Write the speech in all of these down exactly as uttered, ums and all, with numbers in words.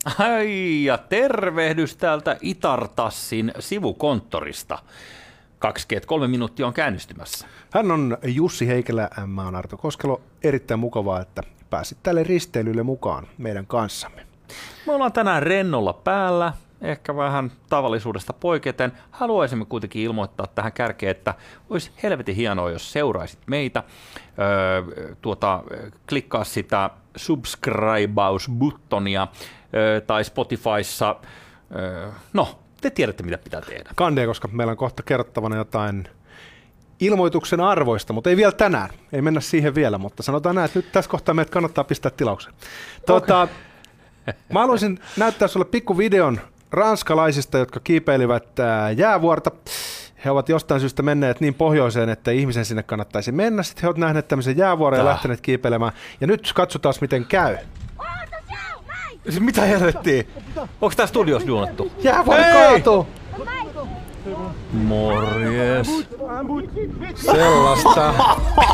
Ai ja tervehdys täältä Itartassin sivukonttorista. kaksikymmentäkolme kolme minuuttia on käynnistymässä. Hän on Jussi Heikelä, mä oon Arto Koskelo. Erittäin mukavaa, että pääsit tälle risteilylle mukaan meidän kanssamme. Me ollaan tänään rennolla päällä, ehkä vähän tavallisuudesta poiketen. Haluaisimme kuitenkin ilmoittaa tähän kärkeen, että olisi helvetin hienoa, jos seuraisit meitä. Öö, tuota, klikkaa sitä subscribaus-buttonia öö, tai Spotifyssa. Öö, no, te tiedätte, mitä pitää tehdä. Kandee, koska meillä on kohta kerrottavana jotain ilmoituksen arvoista, mutta ei vielä tänään. Ei mennä siihen vielä, mutta sanotaan näin, että nyt tässä kohtaa meidät kannattaa pistää tilauksen. Tuota, okay. Mä haluaisin näyttää sulle pikku videon ranskalaisista, jotka kiipeilivät jäävuorta. He ovat jostain syystä menneet niin pohjoiseen, että ihmisen sinne kannattaisi mennä. Sitten he ovat nähneet tämmöisen jäävuoren ja lähteneet kiipeilemään. Ja nyt katsotaan, miten käy. Siis mitä helvettiä? Onko tää studios duunattu? Jäävuori kaatuu! Morjes. Sellaista.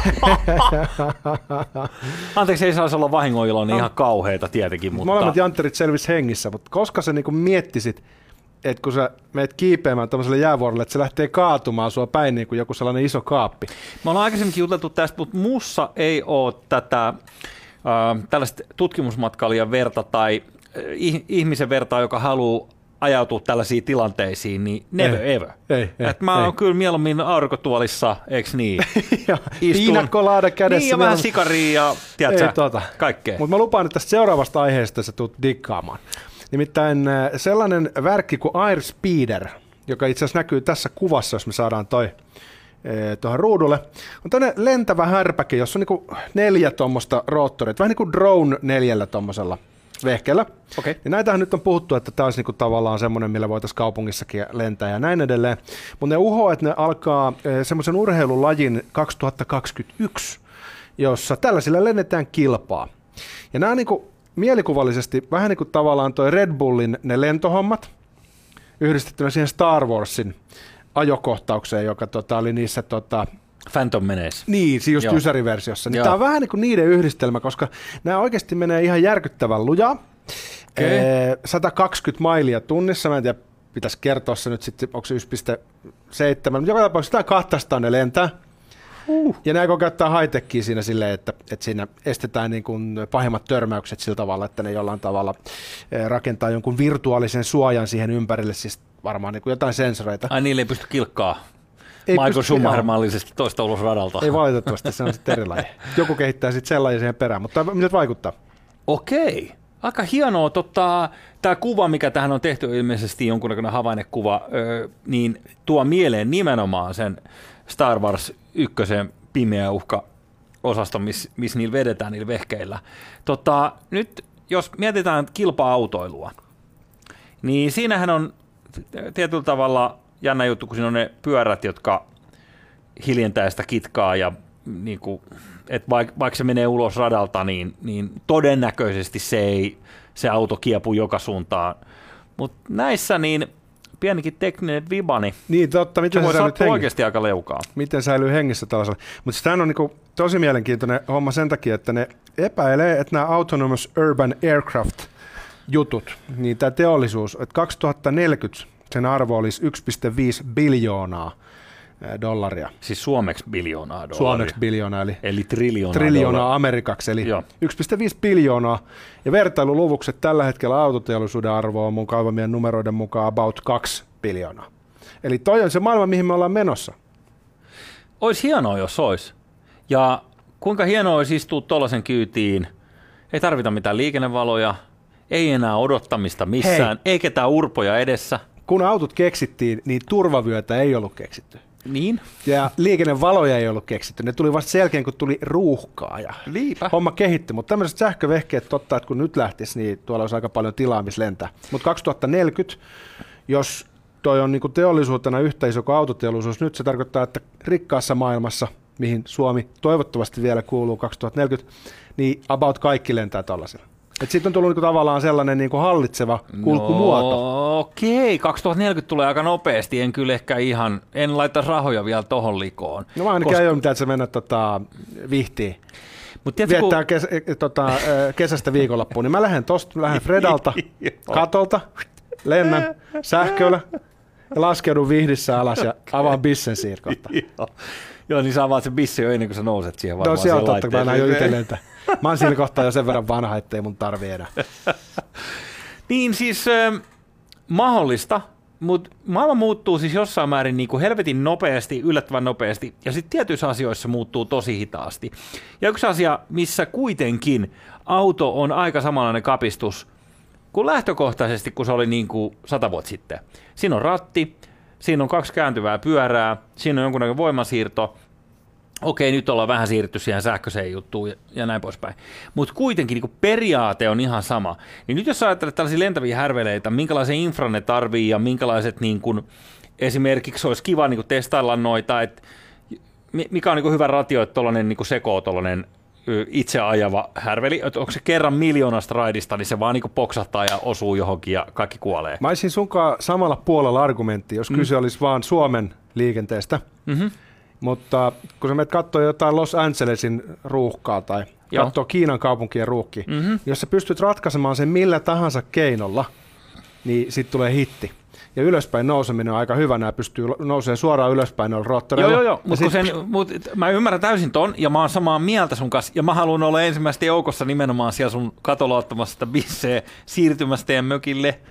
Anteeksi, ei saisi olla vahingoilla, niin ihan kauheita tietenkin. Mutta... Molemmat jantterit selvisi hengissä, mutta koska sä niinku miettisit, että kun sä meet kiipeämään tämmöiselle jäävuorelle, että se lähtee kaatumaan sua päin niin kuin joku sellainen iso kaappi. Me ollaan aikaisemminkin juteltu tästä, mutta mussa ei ole tätä äh, tällaista tutkimusmatkailijan verta tai äh, ihmisen vertaa, joka haluaa ajautua tällaisiin tilanteisiin, niin never ei, ever. Ei, ei, Et mä ei. oon kyllä mieluummin aurinkotuolissa, eikö niin? Piinakkolaada kädessä. Niin, ja vähän sikaria ja tiedätkö, ei, tota. kaikkea. Mutta mä lupaan, että tästä seuraavasta aiheesta sä tulet dikkaamaan. Nimittäin sellainen värkki kuin Airspeeder, joka itse asiassa näkyy tässä kuvassa, jos me saadaan toi tuohon ruudulle, on tämmöinen lentävä härpäke, jossa on niinku neljä tuommoista roottoria, vähän niin kuin drone neljällä tuommoisella vehkeellä. Okay. Ja näitähän nyt on puhuttu, että tämä olisi niinku tavallaan semmoinen, millä voitaisiin kaupungissakin lentää ja näin edelleen. Mutta ne uhoo, että ne alkaa semmoisen urheilulajin kaksituhattakaksikymmentäyksi, jossa tällaisilla lennetään kilpaa. Ja nämä on niinku mielikuvallisesti vähän niin kuin tavallaan toi Red Bullin ne lentohommat yhdistettynä siihen Star Warsin ajokohtaukseen, joka tota, oli niissä... Tota, Phantom Menace. Niin, siis just Joo. Ysäri-versiossa. Niin Joo. tämä on vähän niin kuin niiden yhdistelmä, koska nämä oikeasti menee ihan järkyttävän lujaa. Okay. Ee, sata kaksikymmentä mailia tunnissa. Mä en tiedä, pitäisi kertoa se nyt sitten, onko se yksi pilkku seitsemän. Joka tapauksessa tämä kaksisataa ne lentää. Uh. Ja nämä käyttää high-techia siinä silleen, että, että siinä estetään niin kuin pahimmat törmäykset sillä tavalla, että ne jollain tavalla rakentaa jonkun virtuaalisen suojan siihen ympärille, siis varmaan niin kuin jotain sensoreita. Ai niille ei pysty kilkkaa. Ei Michael Schumacher-mallisesti toista ulos radalta. Ei valitettavasti, se on sitten eri laji. Joku kehittää sitten sellaisen siihen perään, mutta miltä vaikuttaa? Okei. Aika hienoa. Tota, tämä kuva, mikä tähän on tehty, ilmeisesti jonkunnäköinen havainnekuva, öö, niin tuo mieleen nimenomaan sen Star Wars ykkösen pimeä uhka -osaston, missä miss niillä vedetään niillä vehkeillä. Tota, nyt jos mietitään kilpa-autoilua, niin siinähän on tietyllä tavalla jännä juttu, kun siinä on ne pyörät, jotka hiljentää sitä kitkaa, ja niin kuin, että vaikka, vaikka se menee ulos radalta, niin, niin todennäköisesti se ei se auto kiepu joka suuntaan. Mutta näissä niin pienikin tekninen vibani, niin, totta, miten se voi sattuu sattua oikeasti aika leukaa. Miten säilyy hengissä tällaisella. Mutta tämä on niinku tosi mielenkiintoinen homma sen takia, että ne epäilee, että nämä Autonomous Urban Aircraft-jutut, niin tämä teollisuus, että kaksituhattaneljäkymmentä sen arvo olisi yksi pilkku viisi biljoonaa dollaria. Siis suomeksi biljoonaa dollaria. Suomeksi biljoonaa, eli, eli triljoonaa, triljoonaa amerikaksi, eli Joo. yksi pilkku viisi biljoonaa. Ja vertailuluvukset tällä hetkellä autoteollisuuden arvo on mun kaivamien numeroiden mukaan about kaksi biljoonaa. Eli toi on se maailma, mihin me ollaan menossa. Olisi hienoa, jos olisi. Ja kuinka hienoa olisi istua tuollaisen kyytiin. Ei tarvita mitään liikennevaloja, ei enää odottamista missään, Hei. ei ketään urpoja edessä. Kun autot keksittiin, niin turvavyötä ei ollut keksitty. Niin. Ja liikennevaloja ei ollut keksitty. Ne tuli vasta sen jälkeen, kun tuli ruuhkaa ja Liipä. homma kehittyi. Mutta tämmöiset sähkövehkeet, totta, että kun nyt lähtisi, niin tuolla olisi aika paljon tilaa, missä lentää. Mutta kaksituhattaneljäkymmentä, jos toi on niinku teollisuutena yhtä iso kuin autoteollisuus, nyt se tarkoittaa, että rikkaassa maailmassa, mihin Suomi toivottavasti vielä kuuluu kaksituhattaneljäkymmentä, niin about kaikki lentää tuollaisella. Että siitä on tullut niinku tavallaan sellainen niinku hallitseva kulkumuoto. No okei, kaksituhattaneljäkymmentä tulee aika nopeasti, en kyllä ehkä ihan, en laita rahoja vielä tohon likoon. No mä ainakin koska... ei ole mitään, että sä mennä tota, vihtiin. Mut tiedätkö, viettää kun... kes, tota, kesästä viikonloppuun, niin mä lähden tosta, lähden Fredalta, katolta, lennän sähköllä ja laskeudun Vihdissä alas ja avaan bissen siitä kohta. Joo, niin sä avaat sen bissin jo ennen kuin sä nouset siihen varmaan. No siellä on totta, kun mä jo itse lentää. Mä oon siinä kohtaa jo sen verran vanha, ettei mun tarvii enää. Niin siis äh, mahdollista, mutta maailma muuttuu siis jossain määrin niin kuin helvetin nopeasti, yllättävän nopeasti, ja sitten tietyissä asioissa muuttuu tosi hitaasti. Ja yksi asia, missä kuitenkin auto on aika samanlainen kapistus kuin lähtökohtaisesti, kun se oli niin kuin sata vuotta sitten. Siinä on ratti, siinä on kaksi kääntyvää pyörää, siinä on jonkunnäköinen voimansiirto. Okei, nyt ollaan vähän siirrytty siihen sähköiseen juttuun ja, ja näin poispäin. Mutta kuitenkin niin periaate on ihan sama. Niin nyt jos ajattelet tällaisia lentäviä härveleitä, minkälaisen infran ne tarvii ja minkälaiset niin kuin, esimerkiksi olisi kiva niin kuin testailla noita, että mikä on niin kuin hyvä ratio, että tuollainen niin sekoo tuollainen itse ajava härveli, että onko se kerran miljoonasta raidista, niin se vaan niin kuin poksahtaa ja osuu johonkin ja kaikki kuolee. Mä olisin sunkaan samalla puolella argumentti, jos mm. kyse olisi vaan Suomen liikenteestä. Mm-hmm. Mutta kun sä menet katsoa jotain Los Angelesin ruuhkaa tai Joo. katsoo Kiinan kaupunkien ruuhkia, mm-hmm. jos sä pystyt ratkaisemaan sen millä tahansa keinolla, niin sit tulee hitti. Ja ylöspäin nouseminen on aika hyvä, nämä pystyy nousemaan suoraan ylöspäin noilla roottoreilla. Joo, joo, joo. Mutta sit... mut, mä ymmärrän täysin ton, ja mä oon samaa mieltä sun kanssa, ja mä haluan olla ensimmäistä joukossa nimenomaan siellä sun katolla ottamassa sitä bisseä siirtymässä teidän mökille.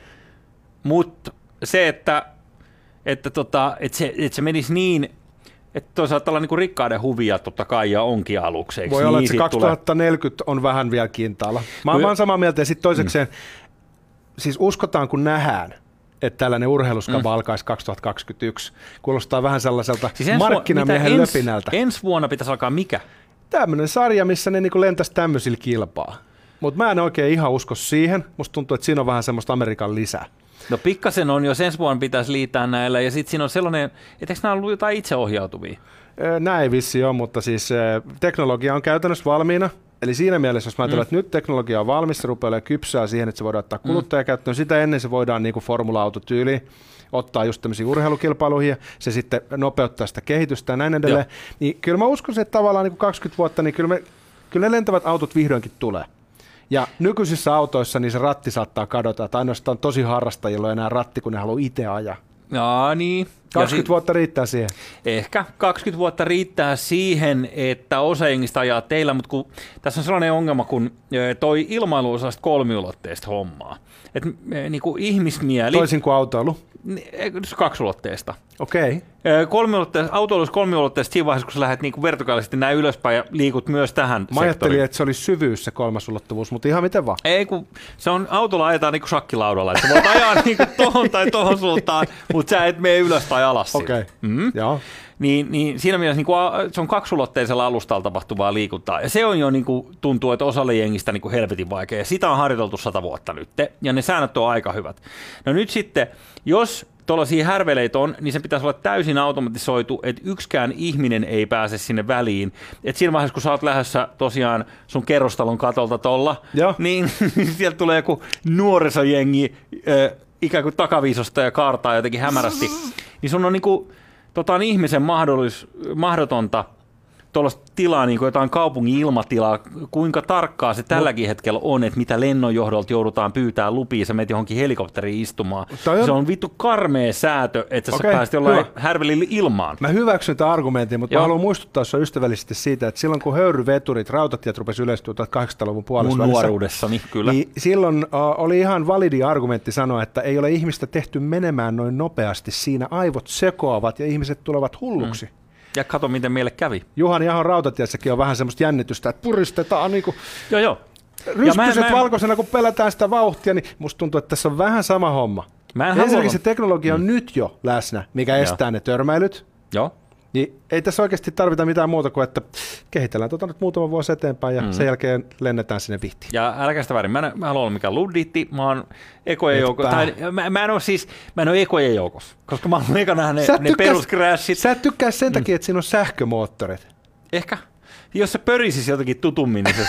Mutta se, että, että, tota, että, se, että se menisi niin, että toisaalta olla niinku rikkaiden huvia totta kai ja onkin aluksi. Voi niin olla, että se kaksituhattaneljäkymmentä tulee... on vähän vielä kintaalla. Mä oon samaa mieltä, ja sitten toisekseen, mm. siis uskotaan kun nähdään, että tällainen urheiluskava mm. alkaisi kaksituhattakaksikymmentäyksi. Kuulostaa vähän sellaiselta siis markkinamiehen vu- löpinältä. Ensi vuonna pitäisi alkaa mikä? Tämmöinen sarja, missä ne niinku lentäisi tämmöisillä kilpaa. Mutta mä en oikein ihan usko siihen. Musta tuntuu, että siinä on vähän semmoista Amerikan lisää. No pikkasen on, jos ensi vuonna pitäisi liittää näillä, ja sitten siinä on sellainen, etteikö nämä ollut jotain itseohjautuvia? Näin vissi on, mutta siis teknologia on käytännössä valmiina. Eli siinä mielessä, jos mä ajattelen, mm. että nyt teknologia on valmis, se rupeaa olemaan kypsää siihen, että se voidaan ottaa kuluttajakäyttöön. Sitä ennen se voidaan niin kuin formula-autotyyliin ottaa just tämmöisiä urheilukilpailuihin, ja se sitten nopeuttaa sitä kehitystä ja näin edelleen. Joo. Niin kyllä mä uskon, että tavallaan niin kuin kaksikymmentä vuotta, niin kyllä, me, kyllä ne lentävät autot vihdoinkin tulee. Ja nykyisissä autoissa niin se ratti saattaa kadota, että ainoastaan tosi harrastajilla on enää ratti, kun ne haluaa itse ajaa. Jaa, niin. kaksikymmentä si- vuotta riittää siihen. Ehkä kaksikymmentä vuotta riittää siihen, että osa jengistä ajaa teillä, mutta kun tässä on sellainen ongelma, kun toi ilmailu on sellaista kolmiulotteista hommaa. Että niin kuin ihmismieli... Toisin kuin autoilu? Kaksulotteista. Okei. Okay. Autoilu olisi kolmiulotteista siinä vaiheessa, kun sä lähdet niin vertikaalisesti näin ylöspäin ja liikut myös tähän Mä sektoriin. ajattelin, että se olisi syvyys se kolmas ulottuvuus, mutta ihan miten vaan. Ei, kun se on, autolla ajetaan niin kuin shakkilaudalla, että sä voit ajaa niin kuin tohon tai tohon suuntaan, mutta sä et mene ylös tai alas. Okei, okay. mm-hmm. Joo. Niin, niin siinä mielessä niin kuin, se on kaksulotteisella alustalla tapahtuvaa liikuntaa. Ja se on jo niin kuin, tuntuu, että osalle jengistä niin kuin helvetin vaikea. Sitä on harjoiteltu sata vuotta nyt, ja ne säännöt on aika hyvät. No nyt sitten, jos tuollaisia härveleitä on, niin se pitäisi olla täysin automatisoitu, että yksikään ihminen ei pääse sinne väliin. Että siinä vaiheessa, kun sä oot lähdössä tosiaan sun kerrostalon katolta tolla, Joo. niin sieltä tulee joku nuorisojengi äh, ikään kuin takaviisosta ja kaartaa jotenkin hämärästi. Niin sun on niinku tota, on ihmisen mahdollis, mahdotonta tuollaista tilaa, niin kuin jotain kaupungin ilmatilaa, kuinka tarkkaa se tälläkin no. hetkellä on, että mitä lennonjohdolta joudutaan pyytää lupia, sä menet johonkin helikopteriin istumaan. On... Se on vittu karmea säätö, että okay, sä pääset jollain härvelillä ilmaan. Mä hyväksyn tämän argumentin, mutta Joo. mä haluan muistuttaa sua ystävällisesti siitä, että silloin kun höyryveturit, rautatiet rupesi yleistyä tuhatkahdeksansataaluvun puolessa Mun nuoruudessani, kyllä. Niin silloin uh, oli ihan validi argumentti sanoa, että ei ole ihmistä tehty menemään noin nopeasti. Siinä aivot sekoavat ja ihmiset tulevat hulluksi. Mm. Ja kato, miten meille kävi. Juhani Ahon rautatiessäkin on vähän semmoista jännitystä, että puristetaan niin kuin joo, joo. rystyset mä, valkoisena, kun pelätään sitä vauhtia, niin musta tuntuu, että tässä on vähän sama homma. Ensinnäkin halua... se teknologia on mm. nyt jo läsnä, mikä estää joo. ne törmäilyt. Joo. Niin ei tässä oikeasti tarvita mitään muuta kuin, että kehitellään tuota nyt muutama vuosi eteenpäin ja mm. sen jälkeen lennetään sinne Vihtiin. Ja älkää sitä väärin, mä en, mä haluan olla mikään ludditti, mä oon ekojen joukossa, tai mä, mä en ole siis, mä en ole ekojen joukossa, koska mä oon eka nähdä ne, ne peruscrashit. Sä et tykkää sen takia, mm. että siinä on sähkömoottorit. Ehkä. Jos se pörisisi jotenkin tutummin, niin se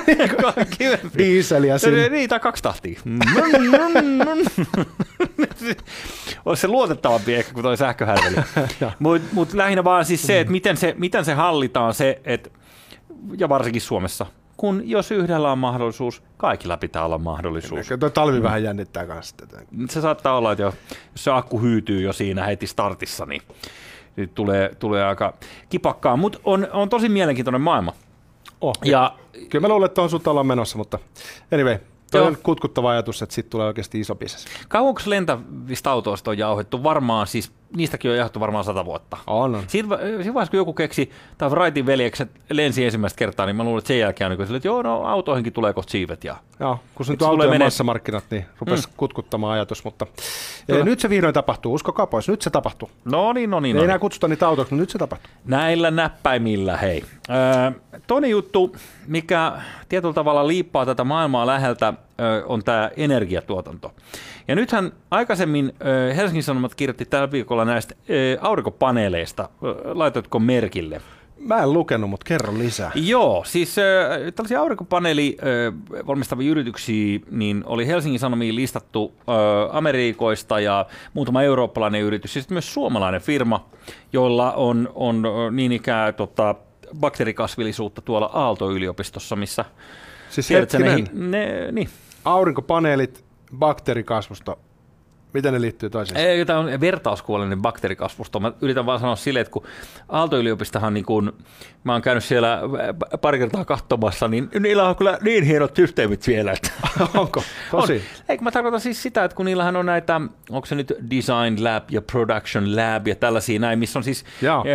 dieseliä sinne. Niin, tai kaksi tahtia. Olisi se luotettavampi ehkä kuin toi sähköhärveli. Mutta mut lähinnä vaan siis se, että miten se, miten se hallitaan se, että ja varsinkin Suomessa, kun jos yhdellä on mahdollisuus, kaikilla pitää olla mahdollisuus. Tuo talvi vähän jännittää kanssa. Se saattaa olla, että jo, jos se akku hyytyy jo siinä heti startissa, niin, niin tulee, tulee aika kipakkaa, mutta on, on tosi mielenkiintoinen maailma. Oh, ja, kyllä mä luulen, että on sut ollaan menossa, mutta anyway. Tuo on kutkuttava ajatus, että siitä tulee oikeasti iso bisnes. Kauanko lentävistä autoista on jauhettu? Varmaan, siis niistäkin on jauhettu varmaan sata vuotta. On, on. Siinä vaiheessa, kun joku keksi, tai Wrightin veljekset lensi ensimmäistä kertaa, niin mä luulen, että sen jälkeen on niin että joo, no autoihinkin tulee kohta siivet. Ja joo, kun se nyt autojen menee massamarkkinat, niin rupesi mm. kutkuttamaan ajatus, mutta ja nyt se vihdoin tapahtuu, uskokaa pois, nyt se tapahtuu. No niin, no niin. Ei no enää niin. kutsuta niitä autoiksi, mutta nyt se tapahtuu. Näillä näppäimillä, hei. Öö, toinen juttu, mikä tietyllä tavalla liippaa tätä maailmaa läheltä, öö, on tämä energiatuotanto. Ja nythän aikaisemmin öö, Helsingin Sanomat kirjoitti tällä viikolla näistä öö, aurinkopaneeleista. Öö, laitatko merkille? Mä en lukenut, mutta kerro lisää. Joo, siis äh, tällaisia aurinkopaneeli äh, valmistavia yrityksiä niin oli Helsingin Sanomiin listattu äh, Amerikoista ja muutama eurooppalainen yritys ja sitten myös suomalainen firma, jolla on, on niin ikään tota, bakteerikasvillisuutta tuolla Aalto-yliopistossa, missä siis hetkinen, ne, niin. Aurinkopaneelit bakteerikasvusta. Miten ne liittyy toisiinsa? Tämä on vertauskuolinen bakteerikasvusto. Mä yritän vaan sanoa silleen, että kun Aalto-yliopistohan, niin kun mä oon käynyt siellä pari kertaa katsomassa, niin niillä on kyllä niin hienot systeemit vielä. Että onko? Tosi? On. Eikö mä tarkoitan siis sitä, että kun niillähän on näitä, onko se nyt Design Lab ja Production Lab ja tällaisia näin, missä on siis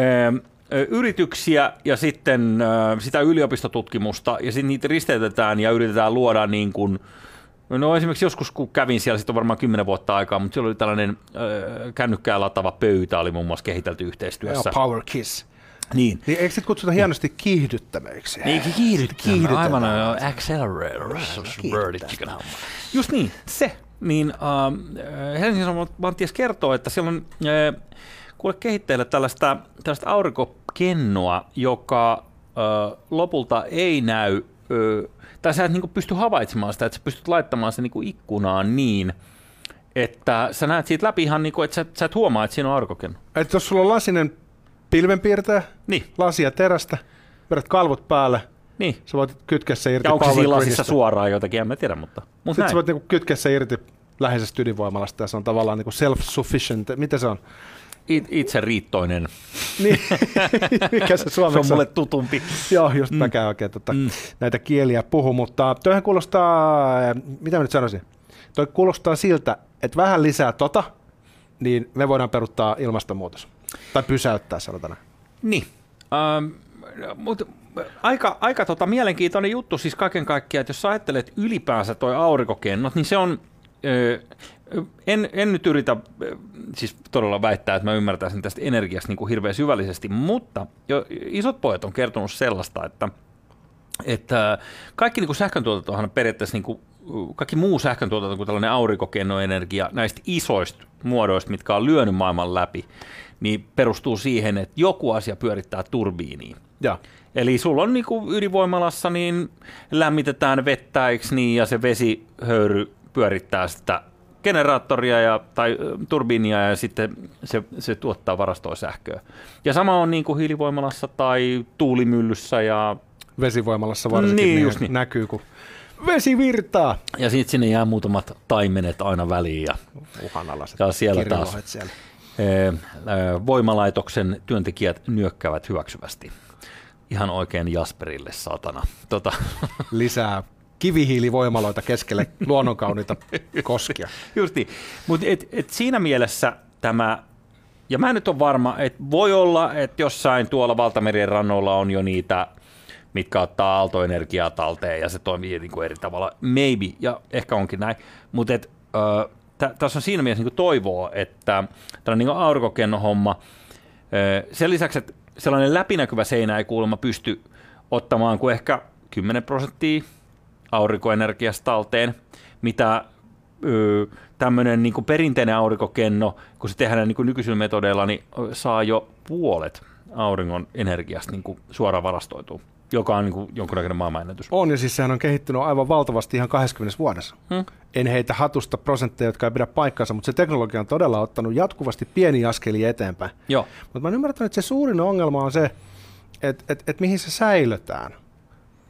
Ö, yrityksiä ja sitten ö, sitä yliopistotutkimusta ja sitten niitä risteytetään ja yritetään luoda niin kuin. No esimerkiksi joskus, kun kävin siellä, sitten on varmaan kymmenen vuotta aikaa, mutta siellä oli tällainen äh, kännykkää latava pöytä, oli muun muassa kehitelty yhteistyössä. Ja Power Kiss. Niin. Niin eikö sitten kutsuta hienosti kiihdyttämöiksi? Niin, kiihdyttämö. Aivan, uh, accelerator. Just niin, se. Niin uh, Helsingin Sanomat ties kertoo, että siellä on uh, kuule kehitteillä tällaista, tällaista aurinkokennoa, joka uh, lopulta ei näy uh, tai sä et niin kuin pysty havaitsemaan sitä, että sä pystyt laittamaan se niin kuin ikkunaan niin, että sä näet siitä läpi ihan niin kuin, että sä, sä et huomaa, että siinä on aurinkokenno. Että jos sulla on lasinen pilvenpiirtäjä, niin. lasia terästä, vedät kalvot päälle, niin. sä voit kytkeä se irti. Ja onko se siinä lasissa suoraan jotakin, en mä tiedä, mutta, mutta sitten näin. Sä voit niin kuin kytkeä se irti läheisestä ydinvoimalasta ja se on tavallaan niin kuin self-sufficient. Mitä se on? Itse riittoinen. Niin, mikä se suomeksi on? Se on mulle tutumpi. Joo, just mm. mäkään oikein tota, mm. näitä kieliä puhu, mutta toihan kuulostaa, mitä mä nyt sanoisin, toi kuulostaa siltä, että vähän lisää tota, niin me voidaan peruttaa ilmastonmuutos. Tai pysäyttää, sanotaan. Niin, ähm, mutta aika, aika tota, mielenkiintoinen juttu siis kaiken kaikkiaan, että jos sä ajattelet ylipäänsä toi aurinkokennot, niin se on. Öö, En, en nyt yritä siis todella väittää, että mä ymmärtäisin tästä energiasta niin kuin hirveän syvällisesti, mutta jo isot pojat on kertonut sellaista, että, että kaikki niin kuin sähköntuotantohan periaatteessa, niin kuin, kaikki muu sähköntuotanto kuin tällainen aurinkokennoenergia näistä isoista muodoista, mitkä on lyönyt maailman läpi, niin perustuu siihen, että joku asia pyörittää turbiiniin. Ja. Eli sulla on niin kuin ydinvoimalassa, niin lämmitetään vettä, eikö niin, ja se vesihöyry pyörittää sitä generaattoria ja, tai turbiinia ja sitten se, se tuottaa varastoa sähköä. Ja sama on niin kuin hiilivoimalassa tai tuulimyllyssä ja vesivoimalassa varsinkin niin, niin just niin. näkyy, kun vesi virtaa. Ja sitten sinne jää muutamat taimenet aina väliin ja, ja siellä taas siellä. E, voimalaitoksen työntekijät nyökkäävät hyväksyvästi. Ihan oikein Jasperille, saatana. Tota. Lisää kivihiilivoimaloita keskelle luonnonkauniita koskia. Just niin. Mutta et, et siinä mielessä tämä, ja mä nyt on varma, että voi olla, että jossain tuolla valtamerien rannoilla on jo niitä, mitkä ottaa aaltoenergiaa talteen ja se toimii niin kuin eri tavalla. Maybe, ja ehkä onkin näin. Mutta äh, t- tässä on siinä mielessä niin toivoa, että tällainen niin aurinkokennohomma, äh, sen lisäksi, että sellainen läpinäkyvä seinä ei kuulemma pysty ottamaan kuin ehkä kymmenen prosenttia aurinkoenergiasta talteen, mitä tämmöinen niin perinteinen aurinkokenno, kun se tehdään niin nykyisillä metodeilla, niin saa jo puolet auringon energiasta niin suoraan varastoitua, joka on niin jonkunnäköinen maailmanennätys. On, ja siis sehän on kehittynyt aivan valtavasti ihan kaksikymmentä vuodessa. Hmm. En heitä hatusta prosentteja, jotka ei pidä paikkaansa, mutta se teknologia on todella ottanut jatkuvasti pieniä askelia eteenpäin. Joo. Mutta mä oon ymmärtänyt, että se suurin ongelma on se, että et, et mihin se säilötään.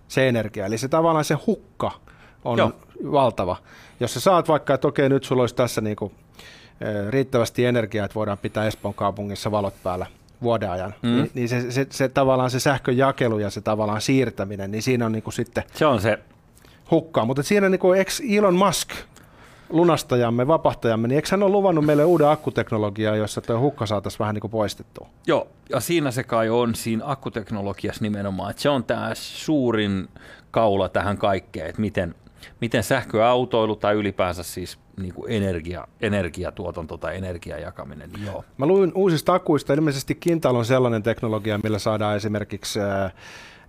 se energia. Eli se tavallaan se hukka on Joo. valtava. Jos sä saat vaikka, että okei, nyt sulla olisi tässä niinku, e, riittävästi energiaa, että voidaan pitää Espoon kaupungissa valot päällä vuoden ajan, mm. niin, niin se, se, se tavallaan se sähkön jakelu ja se tavallaan siirtäminen, niin siinä on niinku sitten se on se hukkaa. Mutta siinä niinku ex Elon Musk, lunastajamme, vapahtajamme, niin eikö hän ole luvannut meille uuden akkuteknologiaa, jossa tuo hukka saataisiin vähän niin kuin poistettua? Joo, ja siinä se kai on siinä akkuteknologiassa nimenomaan, että se on tämä suurin kaula tähän kaikkeen, että miten, miten sähköautoilu tai ylipäänsä siis niin kuin energia, energiatuotanto tai energiajakaminen. Joo. Mä luin uusista akkuista, ilmeisesti Kintal on sellainen teknologia, millä saadaan esimerkiksi ää, ää,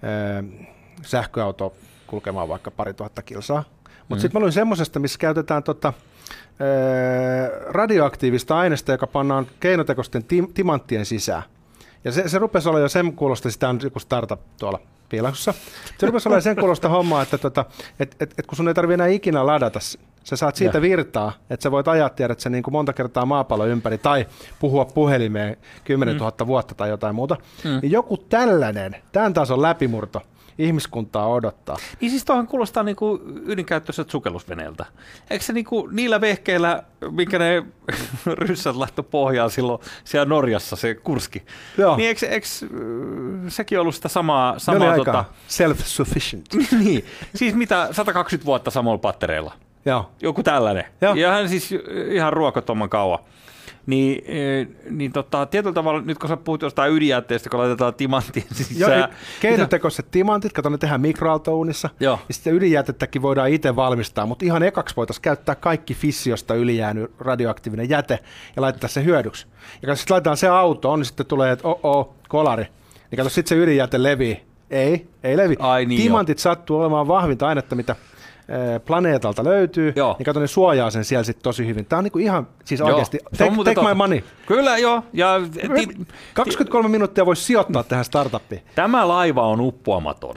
sähköauto kulkemaan vaikka pari tuhatta kilsaa. Mutta mm. sitten mä luin semmoisesta, missä käytetään tota, ää, radioaktiivista aineesta, joka pannaan keinotekoisten tim- timanttien sisään. Ja se, se rupesi olla jo sen kuulosta, sitä on joku startup tuolla piilakossa. Se rupesi olla sen kuulosta hommaa, että tota, et, et, et kun sun ei tarvitse enää ikinä ladata, sä saat siitä ja. virtaa, että sä voit ajaa, tiedät sä niin kuin monta kertaa maapallon ympäri tai puhua puhelimeen kymmenen tuhatta mm. vuotta tai jotain muuta. Mm. Niin joku tällainen, tämän tason läpimurto, ihmiskuntaa odottaa. Niin siis tuohon kuulostaa niinku ydinkäyttöiset sukellusveneeltä. Eikö se niinku niillä vehkeillä, minkä ne ryssät laittoi pohjaan silloin siellä Norjassa, se Kurski, Joo. niin eikö, eikö sekin ollut sitä samaa... samaa tota... self-sufficient. niin, siis mitä sata kaksikymmentä vuotta samalla pattereilla. Joo. Joku tällainen. Joo. Ja hän siis ihan ruokottoman kauan. Niin, niin tota, tietyllä tavalla, nyt kun sä puhut jostain ydinjätteestä, kun laitetaan timanttiin sisään. Joo, keinotekoiset timantit, kato ne tehdään mikroaaltouunissa, ja sitten ydinjätettäkin voidaan itse valmistaa, mutta ihan ekaksi voitaisiin käyttää kaikki fissiosta ylijäänyt radioaktiivinen jäte ja laittaa se hyödyksi. Ja kun sitten laitetaan se autoon, niin sitten tulee, että oh-oh, kolari, niin kato sitten se ydinjäte levii. Ei, ei levi. Ai, niin timantit jo. Sattuu olemaan vahvinta ainetta, mitä planeetalta löytyy, joo. niin kato, ne suojaa sen siellä sitten tosi hyvin. Tämä on niinku ihan, siis joo. oikeasti, take, take my money. Kyllä, joo. Ja, ti, kaksikymmentäkolme ti, minuuttia voisi sijoittaa tähän startuppiin. Tämä laiva on uppoamaton.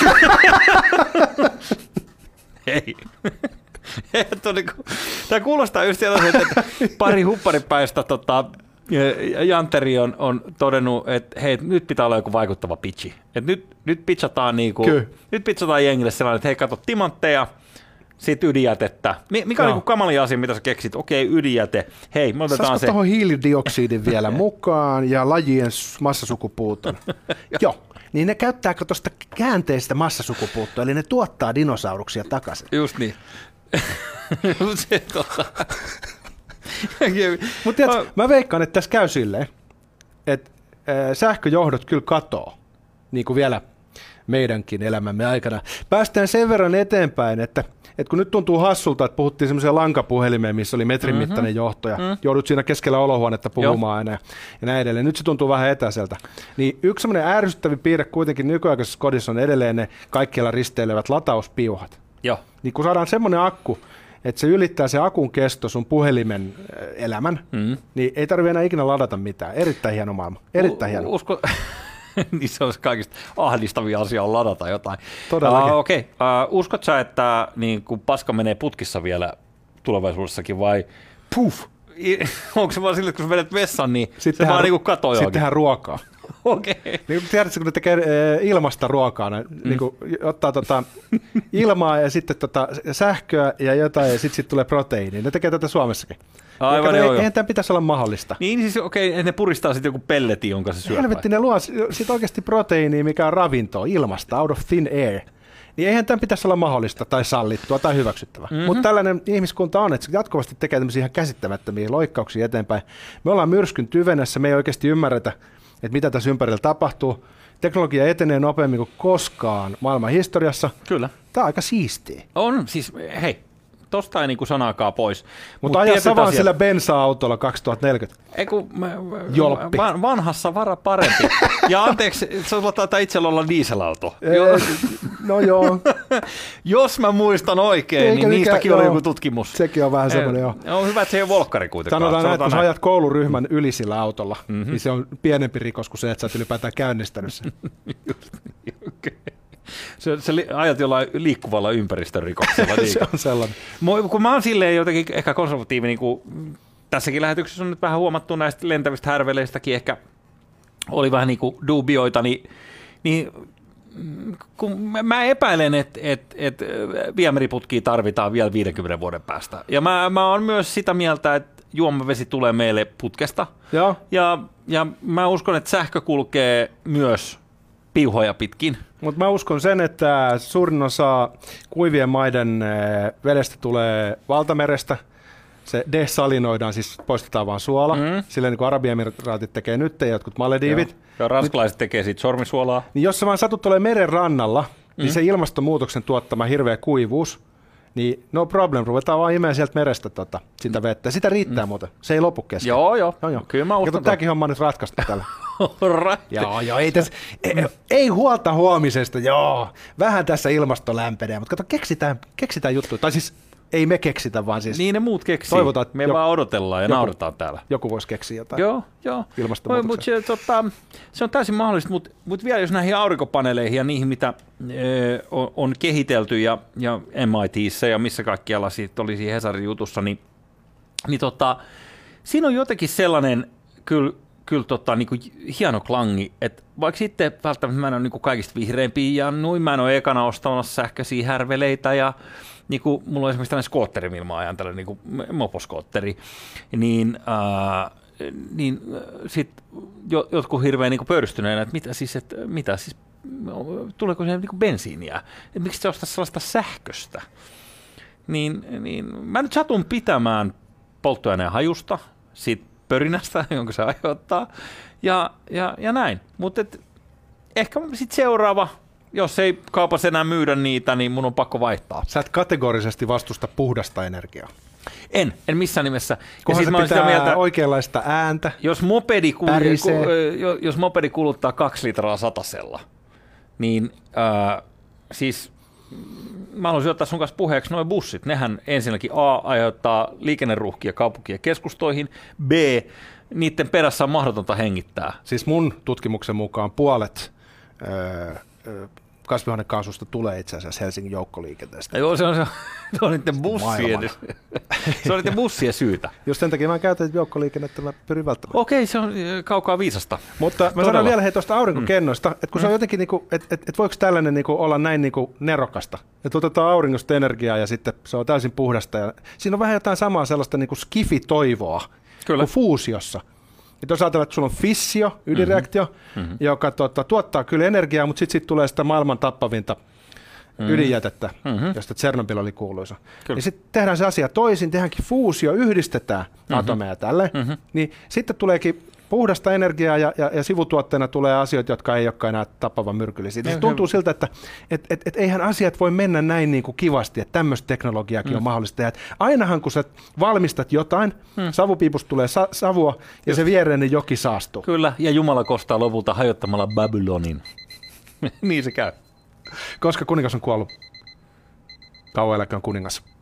Hei. Tämä kuulostaa just sellaiselta, että pari hupparipäistä tota, Jantteri on, on todennut, että hei, nyt pitää olla joku vaikuttava pitchi. Et nyt, nyt pitchataan niinku, nyt pitchataan jengille sellainen, että hei, kato timantteja, sitten ydinjätettä. Mikä on niinku kamali asia, mitä sä keksit? Okei, ydinjäte. Hei, me otetaan Saisiko se. tuohon hiilidioksidin vielä mukaan ja lajien massasukupuuton? Joo. Niin ne käyttääkö tuosta käänteistä massasukupuuttoa, eli ne tuottaa dinosauruksia takaisin. Just niin. se, tota. Mutta mä veikkaan, että tässä käy silleen, että sähköjohdot kyllä katoo, niin kuin vielä meidänkin elämämme aikana. Päästään sen verran eteenpäin, että, että kun nyt tuntuu hassulta, että puhuttiin semmoiseen lankapuhelimeen, missä oli metrin mm-hmm. mittainen johto, ja mm. joudut siinä keskellä olohuonetta puhumaan aina, ja näin edelleen. Nyt se tuntuu vähän etäiseltä. Niin yksi semmoinen ärsyttävä piirre kuitenkin nykyaikaisessa kodissa on edelleen ne kaikkialla risteilevät latauspiuhat. Joo. Niin kun saadaan semmoinen akku, että se ylittää se akun kesto sun puhelimen elämän, mm. niin ei tarvitse enää ikinä ladata mitään. Erittäin hieno maailma. Erittäin U- hieno. Usko, niin se olisi kaikista ahdistavia asiaa on ladata jotain. Todellakin. Uh, Okei, okay. uh, uskot sä, että niin kun paska menee putkissa vielä tulevaisuudessakin vai puff? Onko se vaan sille, että kun sä menet vessaan, niin sitten se vaan niin kuin katoo johonkin? Sitten tehdään ruokaa. Okei. Okay. Niin, tiedätkö, kun ne tekee ilmasta ruokaa, ne mm. niin kuin, ottaa tota, ilmaa ja sitten tota, sähköä ja jotain, ja sitten sit tulee proteiini. Ne tekee tätä Suomessakin. Aivan, joo, joo. Eihän tämän pitäisi olla mahdollista. Niin, siis okei, okay, ne puristaa sitten joku pelletin, jonka se syö. Helvetti, ne luo sitten oikeasti proteiiniä, mikä on ravintoa, ilmasta, out of thin air. Niin eihän tämän pitäisi olla mahdollista tai sallittua tai hyväksyttävä. Mm-hmm. Mutta tällainen ihmiskunta on, että se jatkuvasti tekee tämmöisiä ihan käsittämättömiä loikkauksia eteenpäin. Me ollaan myrskyn tyvenessä, me ei oikeasti ymmärretä, että mitä tässä ympärillä tapahtuu. Teknologia etenee nopeammin kuin koskaan maailman historiassa. Kyllä. Tämä on aika siistiä. On, siis hei, tosta ei niinku sanaakaan pois. Mutta Mut ajaa sä vaan sillä bensa-autolla kaksituhattaneljäkymmentä. Eiku, van, vanhassa vara parempi. Ja anteeksi, sulla taitaa itsellä olla dieselauto. Ee, no joo. Jos mä muistan oikein, Eikä niin niistäkin mikä, oli joo. joku tutkimus. Sekin on vähän semmoinen, joo. On hyvä, että se ei ole volkkari kuitenkaan. Sanotaan, Sanotaan näin, että kun sä ajat kouluryhmän yli sillä autolla, mm-hmm. niin se on pienempi rikos kuin se, että sä oot ylipäätään käynnistänyt sen. Okay. Se, se ajat jollain liikkuvalla ympäristörikoksella. Se on sellainen. Kun mä oon silleen jotenkin ehkä konservatiivi, niin kuin tässäkin lähetyksessä on nyt vähän huomattu näistä lentävistä härveleistäkin, ehkä oli vähän niin kuin dubioita, niin, niin kun mä epäilen, että et, et viemäriputkia tarvitaan vielä viidenkymmenen vuoden päästä. Ja mä, mä oon myös sitä mieltä, että juomavesi tulee meille putkesta. Joo. Ja, ja mä uskon, että sähkö kulkee myös piuhoja pitkin. Mutta mä uskon sen, että suurin osa kuivien maiden vedestä tulee valtamerestä. Se desalinoidaan, siis poistetaan vaan suola. Mm. Silleen niin kuin Arabiemiraatit tekee nyt ja jotkut Malediivit. Joo. Ja ranskalaiset nyt tekee siitä sormisuolaa. Niin jos se vaan satut tulee meren rannalla, mm. niin se ilmastonmuutoksen tuottama hirveä kuivuus, niin no problem, ruvetaan vaan imeen sieltä merestä tota, sitä vettä. Sitä riittää mm. muuten. Se ei lopu kesken. Joo, joo. joo, joo. Kyllä mä uskon. Kato, tämäkin homma on nyt ratkaistu tällä. Right. Joo, joo, ei, tässä, ei, ei huolta huomisesta, joo. Vähän tässä ilmasto lämpenee, mutta kato, keksitään, keksitään juttuja. Tai siis ei me keksitä, vaan siis niin ne muut keksii. Toivotaan, me joku, vaan odotellaan ja joku, nauretaan täällä. Joku voisi keksiä jotain. Joo, joo. Ilmastonmuutoksen. Mut se, tota, se on täysin mahdollista, mutta mut vielä jos näihin aurinkopaneeleihin ja niihin, mitä ö, on, on kehitelty ja, ja M I T:ssä ja missä kaikkialla siitä oli siinä Hesarin jutussa, niin, niin tota, siinä on jotenkin sellainen kyllä, kyllä tota, niin kuin hieno klangi, että vaikka sitten välttämättä mä en ole niin kuin kaikista vihreimpiä ja noin, mä en ole ekana ostamassa sähköisiä härveleitä ja niin kuin mulla on esimerkiksi tällainen skootteri, millä mä ajan tällainen niin kuin moposkootteri, niin, ää, niin sitten jotkut hirveän niin kuin pöyristyneenä, että mitä siis, että mitä siis, tuleeko se niin kuin bensiiniä, että miksi se ostaa sellaista sähköstä, niin, niin mä nyt satun pitämään polttoaineen hajusta, siitä pörinästä, jonka se aiheuttaa, ja, ja, ja näin, mutta ehkä sitten seuraava, jos ei kaupassa enää myydä niitä, niin mun on pakko vaihtaa. Sä et kategorisesti vastusta puhdasta energiaa. En, en missään nimessä. Kunhan se pitää mieltä, oikeanlaista ääntä, jos mopedi, kul- ku- jos mopedi kuluttaa kaksi litraa satasella, niin äh, siis mä haluaisin ottaa sun kanssa puheeksi nuo bussit. Nehän ensinnäkin A aiheuttaa liikenneruuhkia kaupunkien keskustoihin, B niiden perässä on mahdotonta hengittää. Siis mun tutkimuksen mukaan puolet öö, kasvihuonekaasusta tulee itse asiassa Helsingin joukkoliikenteestä. Joo, se on, se on, se on niiden bussien, se on niiden bussien syytä. Just sen takia mä käytän joukkoliikennettä, mä pyrin välttämään. Okei, se on kaukaa viisasta. Mutta mä Todella. sanon vielä hei tuosta aurinkokennoista, mm. että kun se on jotenkin, niinku, että et, et voiko tällainen niinku olla näin niinku nerokasta, että otetaan auringosta energiaa ja sitten se on täysin puhdasta. Ja siinä on vähän jotain samaa sellaista niinku skifi-toivoa kuin fuusiossa. Että jos ajatellaan, että sulla on fissio, ydinreaktio, mm-hmm. joka tuota, tuottaa kyllä energiaa, mutta sitten sit tulee sitä maailman tappavinta mm-hmm. ydinjätettä, mm-hmm. josta Tsernobyl oli kuuluisa. Kyllä. Ja sitten tehdään se asia toisin, tehdäänkin fuusio, yhdistetään mm-hmm. atomeja tälle, mm-hmm. niin sitten tuleekin puhdasta energiaa ja, ja, ja sivutuotteena tulee asioita, jotka ei olekaan enää tappavan myrkyllisiä. Se tuntuu siltä, että et, et, et eihän asiat voi mennä näin niin kuin kivasti, että tämmöistä teknologiaakin mm. on mahdollista tehdä. Ainahan kun sä valmistat jotain, mm. savupiipusta tulee sa- savua ja Just. se viereinen joki saastuu. Kyllä, ja Jumala kostaa lopulta hajottamalla Babylonin. Niin se käy. Koska kuningas on kuollut. Kauan eläköön kuningas.